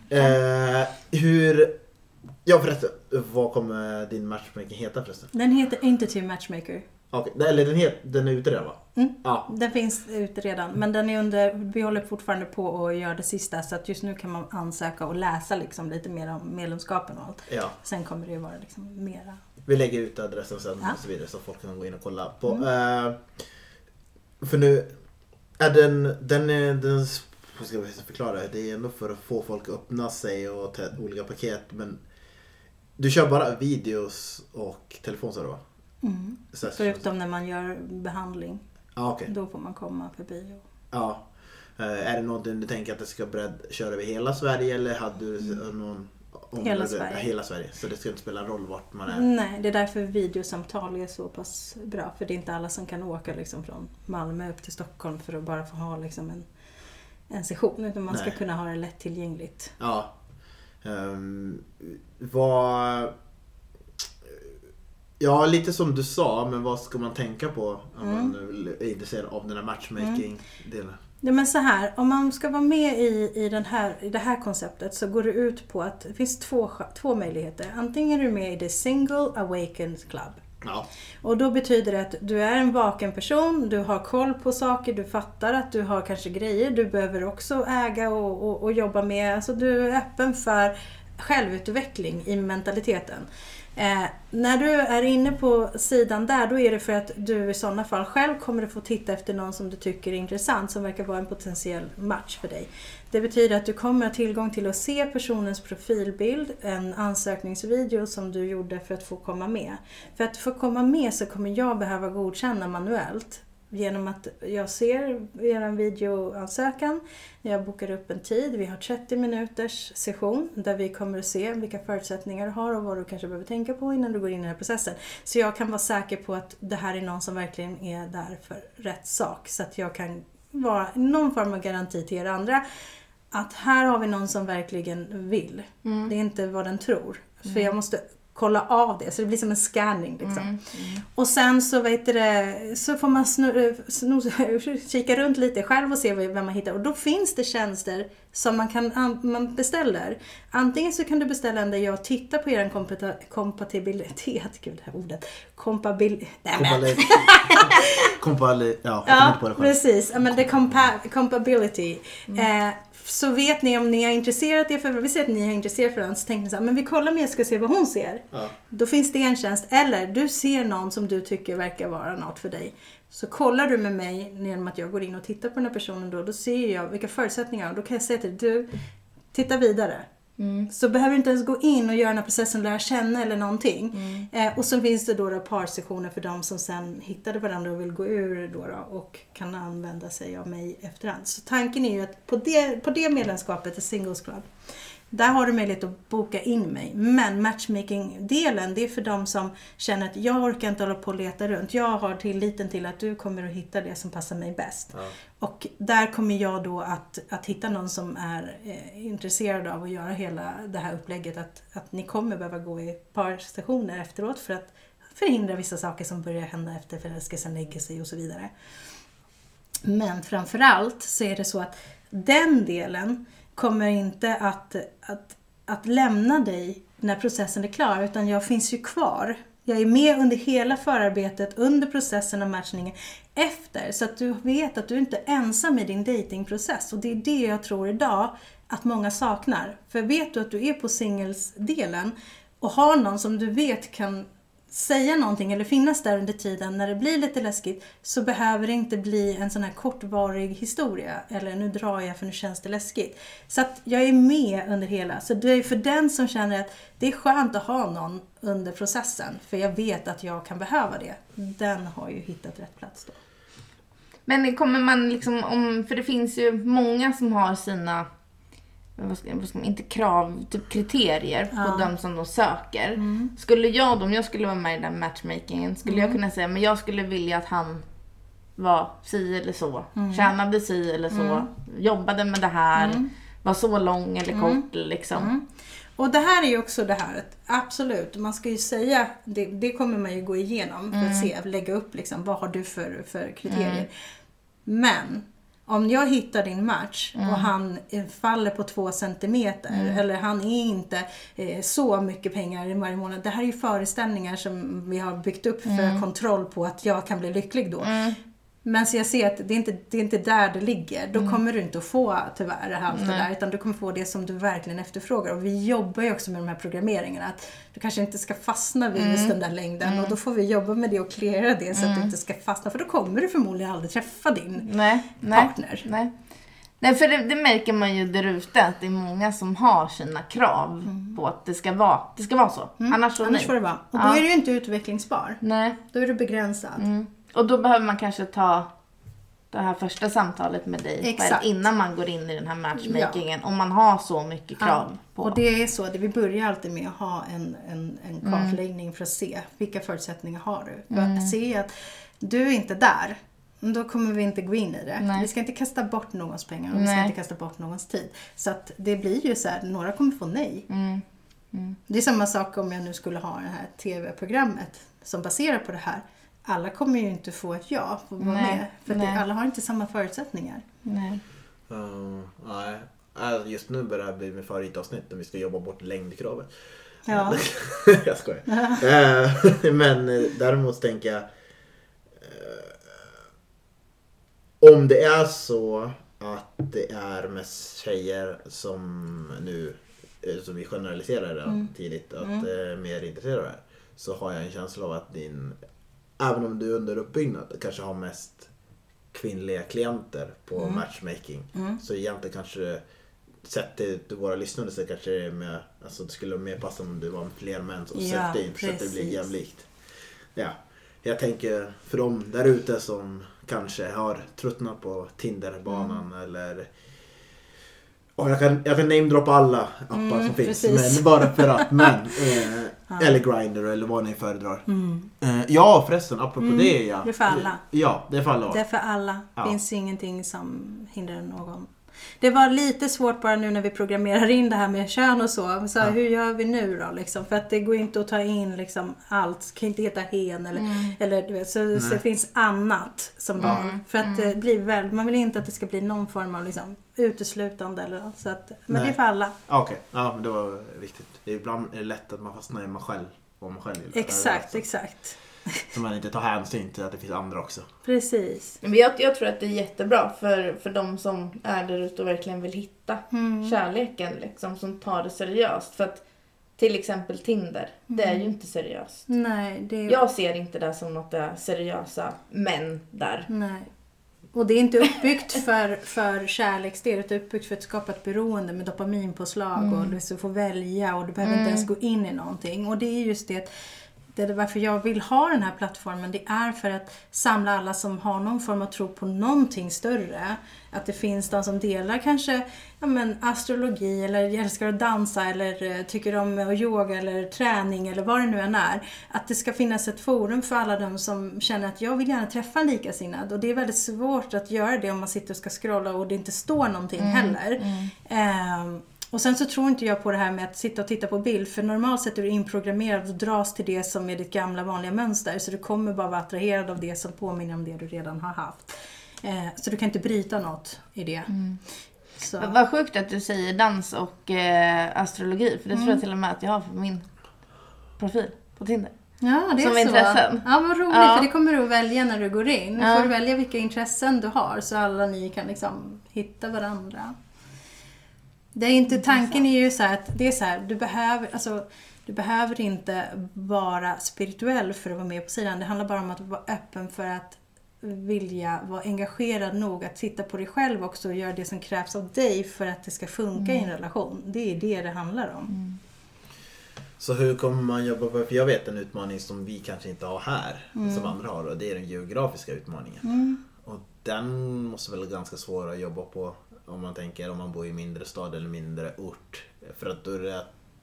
förresten, vad kommer din matchmaking heta förresten? Den heter Entity Matchmaker. Okay. Eller den är ute redan, va? Ja. Den finns ute redan. Men den är vi håller fortfarande på att göra det sista. Så att just nu kan man ansöka och läsa liksom lite mer om medlemskapen och allt. Ja. Sen kommer det ju vara liksom mera. Vi lägger ut adressen sen och så vidare så folk kan gå in och kolla på. För nu är den ska vi förklara. Det är ändå för att få folk att öppna sig och ta olika paket. Men du kör bara videos och telefonserver, va? Förutom när man gör behandling. Okay. Då får man komma förbi. Ja. Är det någonting du tänker att det ska köra över hela Sverige eller hade du någon hela Sverige. Hela Sverige. Så det ska inte spela roll vart man är. Nej, det är därför videosamtal är så pass bra. För det är inte alla som kan åka liksom från Malmö upp till Stockholm för att bara få ha liksom en session. Utan man ska kunna ha det lättillgängligt. Ja. Ja, lite som du sa, men vad ska man tänka på om man är intresserad av den här matchmaking-delen? Ja, men så här, om man ska vara med i det här konceptet så går det ut på att det finns två möjligheter. Antingen är du med i The Single Awakened Club. Ja. Och då betyder det att du är en vaken person, du har koll på saker, du fattar att du har kanske grejer du behöver också äga och jobba med. Alltså du är öppen för självutveckling i mentaliteten. När du är inne på sidan där, då är det för att du i sådana fall själv kommer att få titta efter någon som du tycker är intressant, som verkar vara en potentiell match för dig. Det betyder att du kommer att ha tillgång till att se personens profilbild, en ansökningsvideo som du gjorde för att få komma med. För att få komma med så kommer jag behöva godkänna manuellt. Genom att jag ser er videoansökan, jag bokar upp en tid, vi har 30 minuters session där vi kommer att se vilka förutsättningar du har och vad du kanske behöver tänka på innan du går in i den här processen. Så jag kan vara säker på att det här är någon som verkligen är där för rätt sak, så att jag kan vara någon form av garanti till er andra att här har vi någon som verkligen vill. Det är inte vad den tror. För jag måste kolla av det, så det blir som en scanning liksom. Och sen så så får man kika runt lite själv och se vem man hittar, och då finns det tjänster som man beställer. Antingen så kan du beställa en där jag tittar på er kompatibilitet, gud det här ordet, precis, men det compatibility. Så vet ni om ni är intresserade för, vi ser att ni är intresserade för den, så tänker ni så här, men vi kollar med, jag ska se vad hon ser. Ja. Då finns det en tjänst. Eller du ser någon som du tycker verkar vara något för dig. Så kollar du med mig genom att jag går in och tittar på den här personen då ser jag vilka förutsättningar, och då kan jag säga till du, titta vidare. Så behöver du inte ens gå in och göra den här processen och lära känna eller någonting. Och så finns det då parsessioner för de som sen hittade varandra och vill gå ur då och kan använda sig av mig efterhand. Så tanken är ju att på det medlemskapet, The Singles Club, där har du möjlighet att boka in mig. Men matchmaking-delen, det är för de som känner att jag orkar inte hålla på och leta runt. Jag har tilliten till att du kommer att hitta det som passar mig bäst. Ja. Och där kommer jag då att hitta någon som är intresserad av att göra hela det här upplägget. Att ni kommer behöva gå i ett par stationer efteråt för att förhindra vissa saker som börjar hända efter förälskelsen lägger sig och så vidare. Men framförallt så är det så att den delen kommer inte att lämna dig när processen är klar, utan jag finns ju kvar. Jag är med under hela förarbetet, under processen av matchningen, efter, så att du vet att du inte är ensam i din datingprocess. Och det är det jag tror idag att många saknar. För vet du att du är på singles-delen och har någon som du vet kan säga någonting eller finnas där under tiden när det blir lite läskigt, så behöver det inte bli en sån här kortvarig historia, eller nu drar jag för nu känns det läskigt. Så att jag är med under hela, så det är för den som känner att det är skönt att ha någon under processen, för jag vet att jag kan behöva det, den har ju hittat rätt plats då. Men kommer man liksom för det finns ju många som har sina inte krav, typ kriterier på de som de söker. Skulle jag, om jag skulle vara med i den matchmakingen, skulle jag kunna säga, men jag skulle vilja att han var si eller så, tjänade si eller så, jobbade med det här, var så lång eller kort liksom. Och det här är ju också det här, absolut, man ska ju säga, det kommer man ju gå igenom för att lägga upp liksom, vad har du för kriterier. Men Om jag hittar din match och han faller på 2 centimeter eller han är inte så mycket pengar i varje månad. Det här är ju föreställningar som vi har byggt upp för kontroll på att jag kan bli lycklig då. Men så jag ser att det är inte där det ligger. Då kommer du inte att få tyvärr allt det där. Utan du kommer få det som du verkligen efterfrågar. Och vi jobbar ju också med de här programmeringarna. Att du kanske inte ska fastna vid just den där längden. Och då får vi jobba med det och klära det så att du inte ska fastna. För då kommer du förmodligen aldrig träffa din partner. Nej, för det märker man ju där ute. Att det är många som har sina krav på att det ska vara så. Annars får det vara. Och då är du ju inte utvecklingsbar. Nej. Då är du begränsad. Och då behöver man kanske ta det här första samtalet med dig innan man går in i den här matchmakingen. Om man har så mycket krav på. Och det är så, vi börjar alltid med att ha en kartläggning för att se vilka förutsättningar har du. För att se att du är inte där, då kommer vi inte gå in i det. Vi ska inte kasta bort någons pengar och vi ska inte kasta bort någons tid. Så att det blir ju så här, några kommer få nej. Det är samma sak om jag nu skulle ha det här tv-programmet som baserar på det här. Alla kommer ju inte få ett ja på att vara med. För alla har inte samma förutsättningar. Nej. Just nu börjar det bli med favoritavsnitt när vi ska jobba bort längdkravet. Ja. Jag skojar. Men däremot tänker jag om det är så att det är mest tjejer som nu som vi generaliserar det tidigt att mer intresserade av det här, så har jag en känsla av att även om du är under uppbyggnad kanske har mest kvinnliga klienter på matchmaking, så egentligen kanske sett till våra lyssnare så kanske det är med, alltså det skulle mer passa om det var fler män som sökte in så att det blir jämlikt. Ja, jag tänker för dem där ute som kanske har tröttnat på Tinderbanan eller jag kan namedroppa alla appar som finns, men bara för att eller Grindr eller vad ni föredrar. Ja, förresten, apropå det. Det är för alla. Ja, det är för alla. Det är för alla. Finns ingenting som hindrar någon. Det var lite svårt bara nu när vi programmerar in det här med kön och så. Så hur gör vi nu då liksom? För att det går inte att ta in liksom allt. Kan inte heta hen eller du vet. Så det finns annat som barn. För att det blir man vill inte att det ska bli någon form av liksom uteslutande eller så att, men det är för alla. Okej. Ja, men det var viktigt. Ibland är det lätt att man fastnar i man själv. Exakt. Så man inte tar hänsyn till att det finns andra också. Precis. Men jag tror att det är jättebra för de som är där ute och verkligen vill hitta kärleken liksom, som tar det seriöst. För att till exempel Tinder, det är ju inte seriöst. Nej, jag ser inte det som något seriösa män där. Nej. Och det är inte uppbyggt för kärleksdel, det är uppbyggt för att skapa ett beroende med dopaminpåslag och du får välja och du behöver inte ens gå in i någonting. Och det är just det är varför jag vill ha den här plattformen. Det är för att samla alla som har någon form av tro på någonting större. Att det finns de som delar kanske astrologi eller älskar att dansa eller tycker om yoga eller träning eller vad det nu än är. Att det ska finnas ett forum för alla de som känner att jag vill gärna träffa en likasinnad. Och det är väldigt svårt att göra det om man sitter och ska scrolla och det inte står någonting heller. Och sen så tror inte jag på det här med att sitta och titta på bild. För normalt sett är du inprogrammerad och dras till det som är ditt gamla vanliga mönster. Så du kommer bara vara attraherad av det som påminner om det du redan har haft. Så du kan inte bryta något i det. Så. Vad sjukt att du säger dans och astrologi. För det tror jag till och med att jag har på min profil på Tinder. Ja, det är som så. Intressen. Ja, vad roligt. För det kommer du att välja när du går in. Du får välja vilka intressen du har. Så alla ni kan liksom hitta varandra. Det är inte, tanken är ju så här att det är så här, du behöver inte vara spirituell för att vara med på sidan. Det handlar bara om att vara öppen för att vilja vara engagerad nog att titta på dig själv också och göra det som krävs av dig för att det ska funka i en relation. Det är det handlar om. Så hur kommer man jobba på? För jag vet en utmaning som vi kanske inte har här som andra har, och det är den geografiska utmaningen. Och den måste väl vara ganska svår att jobba på om man tänker om man bor i mindre stad eller mindre ort. För att då är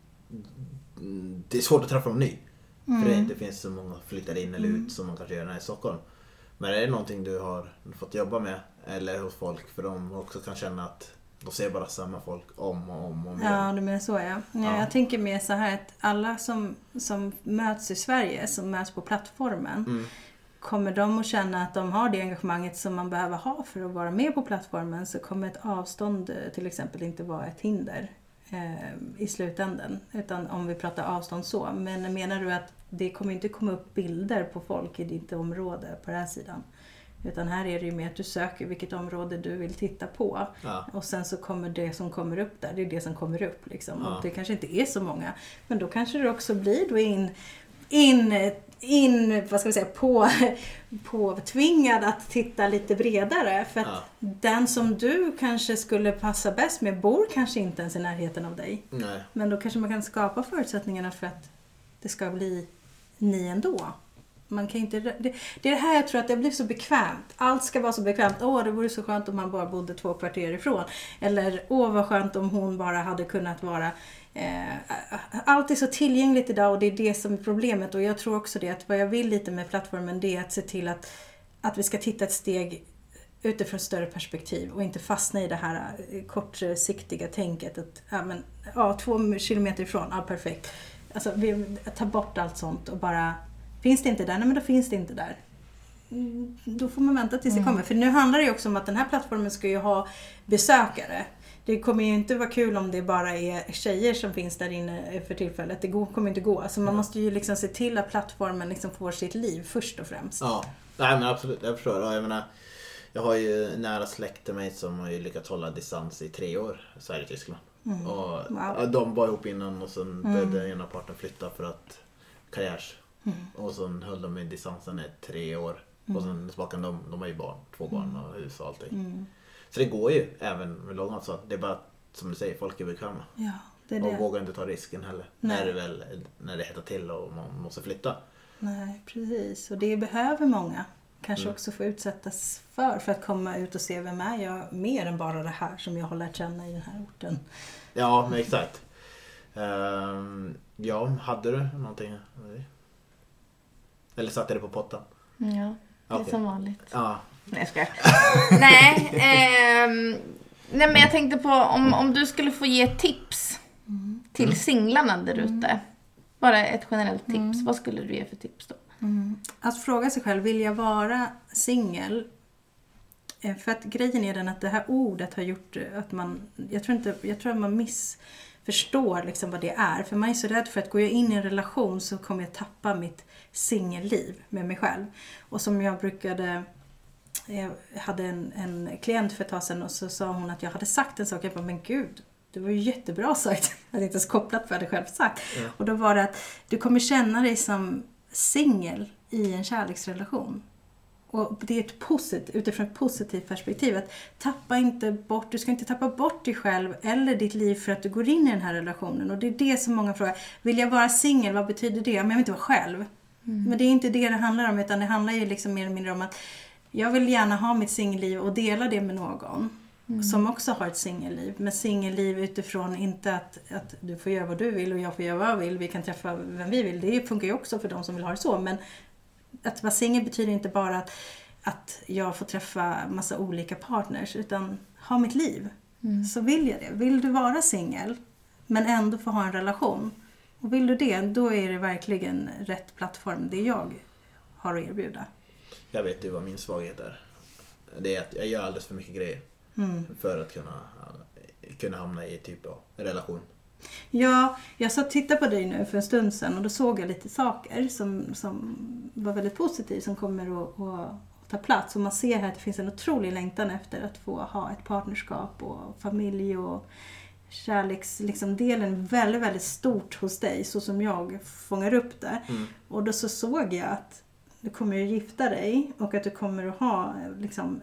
det är svårt att träffa dem ny. För det inte finns så många flyttar in eller ut som man kanske gör här i Stockholm. Men är det någonting du har fått jobba med eller hos folk för de också kan känna att de ser bara samma folk om och om igen? Ja, du menar så ja. Jag tänker mer så här att alla som möts i Sverige, som möts på plattformen kommer de att känna att de har det engagemanget som man behöver ha för att vara med på plattformen, så kommer ett avstånd till exempel inte vara ett hinder i slutändan. Utan om vi pratar avstånd så. Men menar du att det kommer inte komma upp bilder på folk i ditt område på den här sidan? Utan här är det ju mer att du söker vilket område du vill titta på. Ja. Och sen så kommer det som kommer upp där, det är det som kommer upp liksom. Ja. Och det kanske inte är så många. Men då kanske det också blir då vad ska vi säga, påtvingad att titta lite bredare. För att den som du kanske skulle passa bäst med bor kanske inte ens i närheten av dig. Nej. Men då kanske man kan skapa förutsättningarna för att det ska bli ni ändå. Man kan inte, det är det här jag tror att det blir så bekvämt. Allt ska vara så bekvämt. Det vore så skönt om man bara bodde 2 kvarter ifrån. Eller vad skönt om hon bara hade kunnat vara. Allt är så tillgängligt idag och det är det som är problemet. Och jag tror också det att vad jag vill lite med plattformen, det är att se till att vi ska titta ett steg utifrån ett större perspektiv och inte fastna i det här kortsiktiga tänket att 2 kilometer ifrån, perfekt. Alltså vi tar bort allt sånt och bara, finns det inte där? Nej, men då finns det inte där. Då får man vänta tills det kommer. För nu handlar det ju också om att den här plattformen ska ju ha besökare. Det kommer ju inte vara kul om det bara är tjejer som finns där inne för tillfället. Det kommer inte gå. Så man måste ju liksom se till att plattformen liksom får sitt liv först och främst. Ja, nej men absolut. Jag förstår. Jag menar, jag har ju nära släkt till mig som har ju lyckats hålla distans i 3 år i Sverige och Tyskland. Och de var ihop innan och sen började ena parten flytta för att karriärs. Och sen höll de i distansen i 3 år. Och sen tillbaka de har ju barn, 2 barn och hus och allting. Så det går ju även med långa avstånd. Det är bara som du säger, folk är bekväma. Ja, det är det. Och vågar inte ta risken heller. När det hettar till och man måste flytta. Nej, precis. Och det behöver många kanske också få utsättas för att komma ut och se vem är jag mer än bara det här som jag har lärt känna i den här orten. Ja, men exakt. Hade du någonting? Eller satte det på potten? Ja, det är som vanligt. Ja. Nej, jag skojar. Nej, men jag tänkte på om du skulle få ge tips till singlarna där ute. Bara ett generellt tips. Vad skulle du ge för tips då? Att fråga sig själv, vill jag vara singel? För att grejen är den att det här ordet har gjort att man, jag tror att man missförstår liksom vad det är. För man är så rädd för att gå in i en relation så kommer jag tappa mitt singelliv med mig själv. Och som jag hade en klient för ett tag sedan och så sa hon att jag hade sagt en sak. Jag bara, men gud, det var ju jättebra sagt. Jag hade inte ens kopplat för jag hade själv sagt. Och då var det att du kommer känna dig som singel i en kärleksrelation. Och det är utifrån ett positivt perspektiv. Att du ska inte tappa bort dig själv eller ditt liv för att du går in i den här relationen. Och det är det som många frågar. Vill jag vara singel? Vad betyder det? Men jag vill inte vara själv. Men det är inte det handlar om. Utan det handlar ju liksom mer eller mindre om att jag vill gärna ha mitt singelliv och dela det med någon. Som också har ett singelliv. Men singelliv utifrån inte att du får göra vad du vill och jag får göra vad jag vill. Vi kan träffa vem vi vill. Det funkar ju också för de som vill ha det så. Men att vara singel betyder inte bara att jag får träffa massa olika partners. Utan ha mitt liv. Så vill jag det. Vill du vara singel men ändå få ha en relation. Och vill du det, då är det verkligen rätt plattform. Det jag har att erbjuda. Jag vet ju vad min svaghet är. Det är att jag gör alldeles för mycket grejer. För att kunna hamna i typ av relation. Ja, jag satt och tittade på dig nu för en stund sedan och då såg jag lite saker som var väldigt positivt som kommer att ta plats. Och man ser här att det finns en otrolig längtan efter att få ha ett partnerskap och familj och kärleksdelen väldigt, väldigt stort hos dig så som jag fångar upp det. Och då så såg jag att du kommer att gifta dig och att du kommer att ha liksom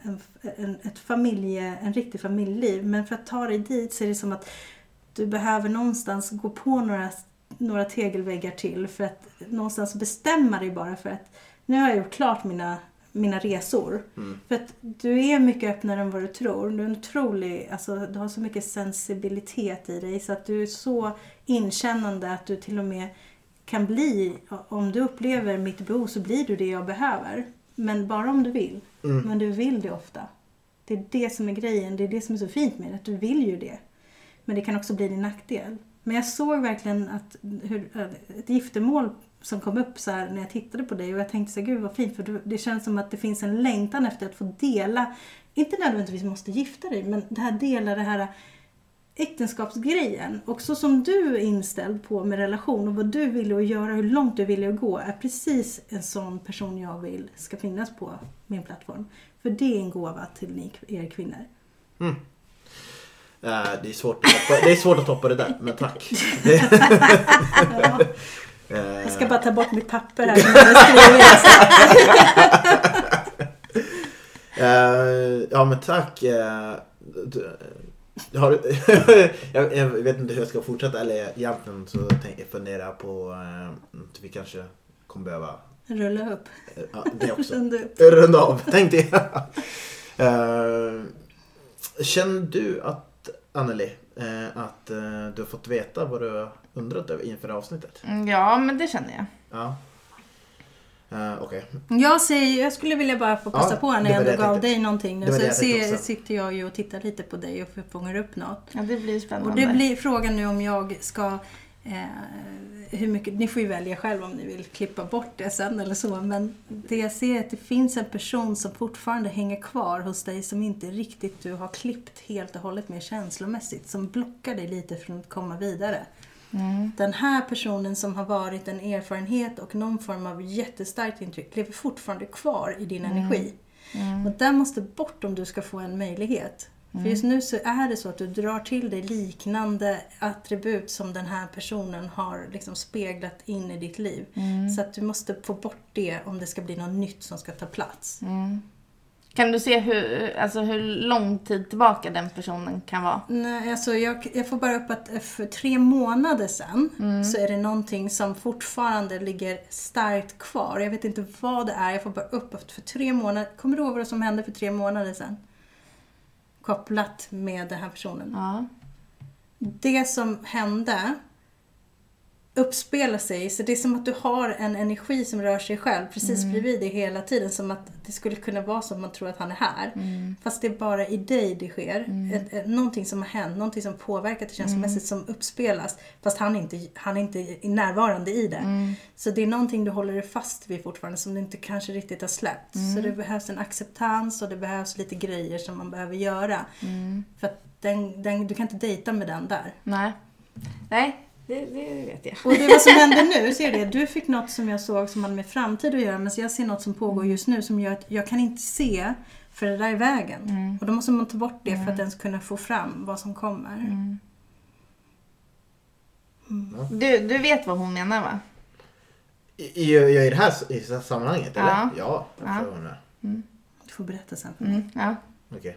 en riktig familjeliv. Men för att ta dig dit så är det som att du behöver någonstans gå på några tegelväggar till för att någonstans bestämma dig bara för att nu har jag gjort klart mina resor. För att du är mycket öppnare än vad du tror. Du är otrolig, du har så mycket sensibilitet i dig så att du är så inkännande att du till och med kan bli, om du upplever mitt behov så blir du det jag behöver. Men bara om du vill. Men du vill det ofta. Det är det som är grejen. Det är det som är så fint med det. Att du vill ju det. Men det kan också bli din nackdel. Men jag såg verkligen att ett giftermål som kom upp så här när jag tittade på dig. Och jag tänkte så här, gud vad fint. För det känns som att det finns en längtan efter att få dela. Inte nödvändigtvis måste gifta dig. Men det här äktenskapsgrejen. Och så som du är inställd på med relation. Och vad du vill att göra. Hur långt du vill att gå. Är precis en sån person jag vill ska finnas på min plattform. För det är en gåva till er kvinnor. Mm. Det är svårt att toppa det där, men tack. Ja. Jag ska bara ta bort mitt papper här. Ja, men tack. Jag vet inte hur jag ska fortsätta. Eller egentligen så funderar jag på att vi kanske kommer behöva rulla upp. Ja, det också. Runda av, tänkte jag. Känner du att, Anneli, att du har fått veta vad du har undrat över inför avsnittet? Ja, men det känner jag. Ja. Okej. Jag skulle vilja bara få passa på när jag ändå gav dig någonting. Nu så sitter jag ju och tittar lite på dig och fångar upp något. Ja, det blir spännande. Och det blir frågan nu om jag ska... hur mycket, ni får ju välja själv om ni vill klippa bort det sen eller så. Men det jag ser är att det finns en person som fortfarande hänger kvar hos dig som inte riktigt du har klippt helt och hållet mer känslomässigt. Som blockar dig lite från att komma vidare. Mm. Den här personen som har varit en erfarenhet och någon form av jättestarkt intryck lever fortfarande kvar i din energi. Mm. Och där måste bort om du ska få en möjlighet. För just nu så är det så att du drar till dig liknande attribut som den här personen har liksom speglat in i ditt liv. Mm. Så att du måste få bort det om det ska bli något nytt som ska ta plats. Mm. Kan du se hur lång tid tillbaka den personen kan vara? Nej, alltså jag får bara upp att för 3 månader sedan så är det någonting som fortfarande ligger starkt kvar. Jag vet inte vad det är, jag får bara upp att för 3 månader. Kommer du ihåg vad som hände för 3 månader sedan? Kopplat med den här personen. Ja. Det som hände uppspelar sig. Så det är som att du har en energi som rör sig själv precis bredvid dig hela tiden. Som att det skulle kunna vara så att man tror att han är här. Mm. Fast det är bara i dig det sker. Någonting som har hänt. Någonting som påverkat det känslomässigt som uppspelas. Fast han är inte närvarande i det. Mm. Så det är någonting du håller dig fast vid fortfarande. Som du inte kanske riktigt har släppt. Så det behövs en acceptans. Och det behövs lite grejer som man behöver göra. Mm. För att du kan inte dejta med den där. Nej. Det vet jag. Och det vad som händer nu, ser det. Du fick något som jag såg som hade med framtid att göra. Men så jag ser något som pågår just nu som gör att jag kan inte se för det där är vägen. Mm. Och då måste man ta bort det för att ens kunna få fram vad som kommer. Mm. Mm. Du vet vad hon menar, va? I det här sammanhanget, eller? Ja. Du får berätta sen för mig. Ja. Okej.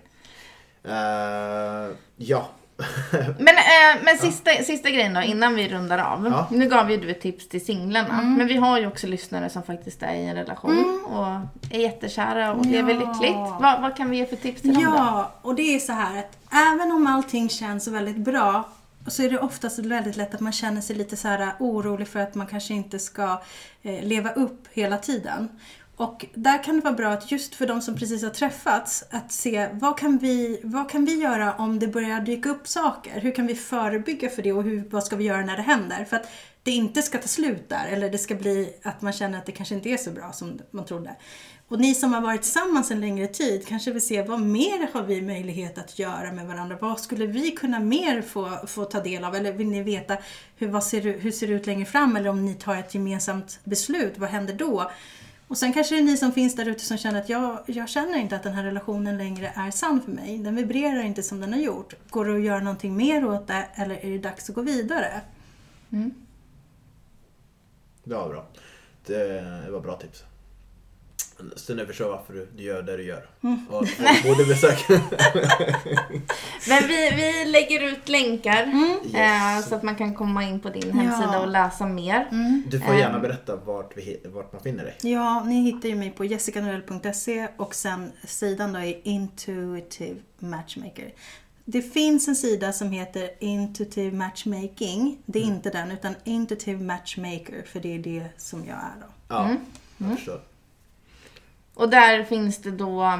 Ja. Men sista grejen då, innan vi rundar av. Ja. Nu gav ju du ett tips till singlarna. Men vi har ju också lyssnare som faktiskt är i en relation och är jättekära och lever lyckligt. Vad kan vi ge för tips till dem då? Ja, och det är så här att även om allting känns väldigt bra så är det oftast väldigt lätt att man känner sig lite så här orolig för att man kanske inte ska leva upp hela tiden. Och där kan det vara bra att just för de som precis har träffats att se vad kan vi göra om det börjar dyka upp saker? Hur kan vi förebygga för det och vad ska vi göra när det händer? För att det inte ska ta slut där eller det ska bli att man känner att det kanske inte är så bra som man trodde. Och ni som har varit tillsammans en längre tid kanske vill se vad mer har vi möjlighet att göra med varandra? Vad skulle vi kunna mer få ta del av? Eller vill ni veta hur ser det ut längre fram? Eller om ni tar ett gemensamt beslut, vad händer då? Och sen kanske det är ni som finns där ute som känner att jag känner inte att den här relationen längre är sann för mig. Den vibrerar inte som den har gjort. Går det att göra någonting mer åt det eller är det dags att gå vidare? Mm. Det var bra. Det var bra tips. Så nu förstår varför du gör det du gör. Och borde besöka. Men vi lägger ut länkar så att man kan komma in på din hemsida och läsa mer. Du får gärna berätta vart man finner dig. Ja, ni hittar ju mig på jessicanorell.se och sen sidan då är Intuitive Matchmaker. Det finns en sida som heter Intuitive Matchmaking. Det är inte den utan Intuitive Matchmaker för det är det som jag är då. Ja, jag förstår. Och där finns det då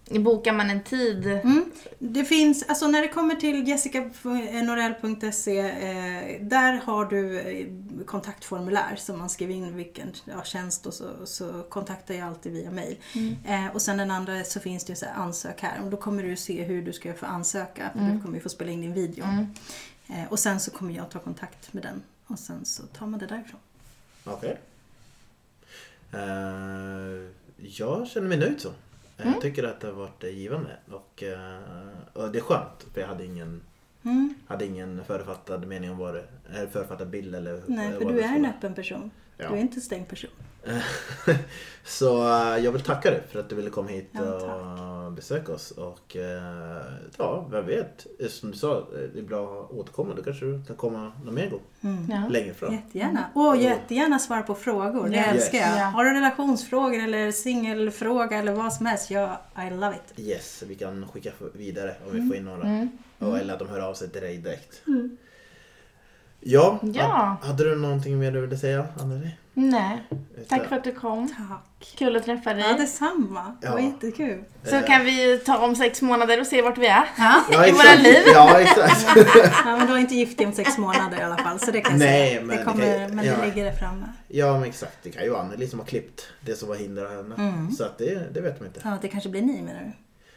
bokar man en tid? Det finns, alltså när det kommer till jessicanorell.se, där har du kontaktformulär som man skriver in vilken tjänst och så kontaktar jag alltid via mail. Och sen den andra så finns det så här, ansök här, och då kommer du se hur du ska få ansöka, för du kommer ju få spela in din video. Och sen så kommer jag ta kontakt med den och sen så tar man det därifrån. Okej. Jag känner mig nöjd så. Jag tycker att det har varit givande och det är skönt, för jag hade ingen författad mening om vad det är, författad bild eller. Nej, för du är en öppen person. Ja. Du är inte en stängd person. Så jag vill tacka dig för att du ville komma hit och besöka oss. Och vem vet, som du sa, det är bra att återkomma. Då kanske du kan komma någon mer gång längre fram. Jättegärna. Och jättegärna svara på frågor. Det älskar jag. Har du relationsfrågor eller singelfråga eller vad som helst, I love it. Yes, vi kan skicka vidare om vi får in några. Eller att de hör av sig till dig direkt. Ja. Hade du någonting mer du ville säga, Anneli? Nej, tack för att du kom. Tack. Kul att träffa dig. Ja, detsamma. Det var jättekul. Så kan vi ta om 6 månader och se vart vi är i våra liv. Ja, exakt. Men du är inte gift om 6 månader i alla fall, så det kan jag säga. Men det ligger där framme. Ja, men exakt. Det kan ju vara Anneli som har klippt det som var hindrar henne. Så att det vet man inte. Ja, det kanske blir ni, menar du?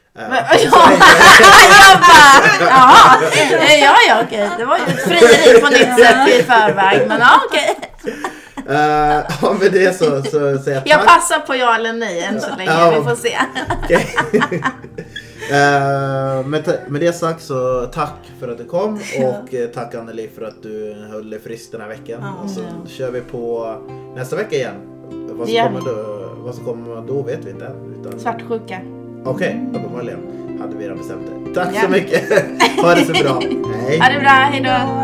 Okej. Det var ju ett frieri på nytt sätt i förväg, men okej. Med det så säger jag tack. Jag passar på ja eller nej än så länge, vi får se. Med det sagt så tack för att du kom, och tack Anneli för att du höll dig frisk den här veckan. Och så kör vi på nästa vecka igen. Vad som kommer då vet vi inte än. Svartsjuka. Okej, uppenbarligen hade vi redan bestämt det. Tack så mycket. Ha det så bra. Hej. Ha det bra, hejdå.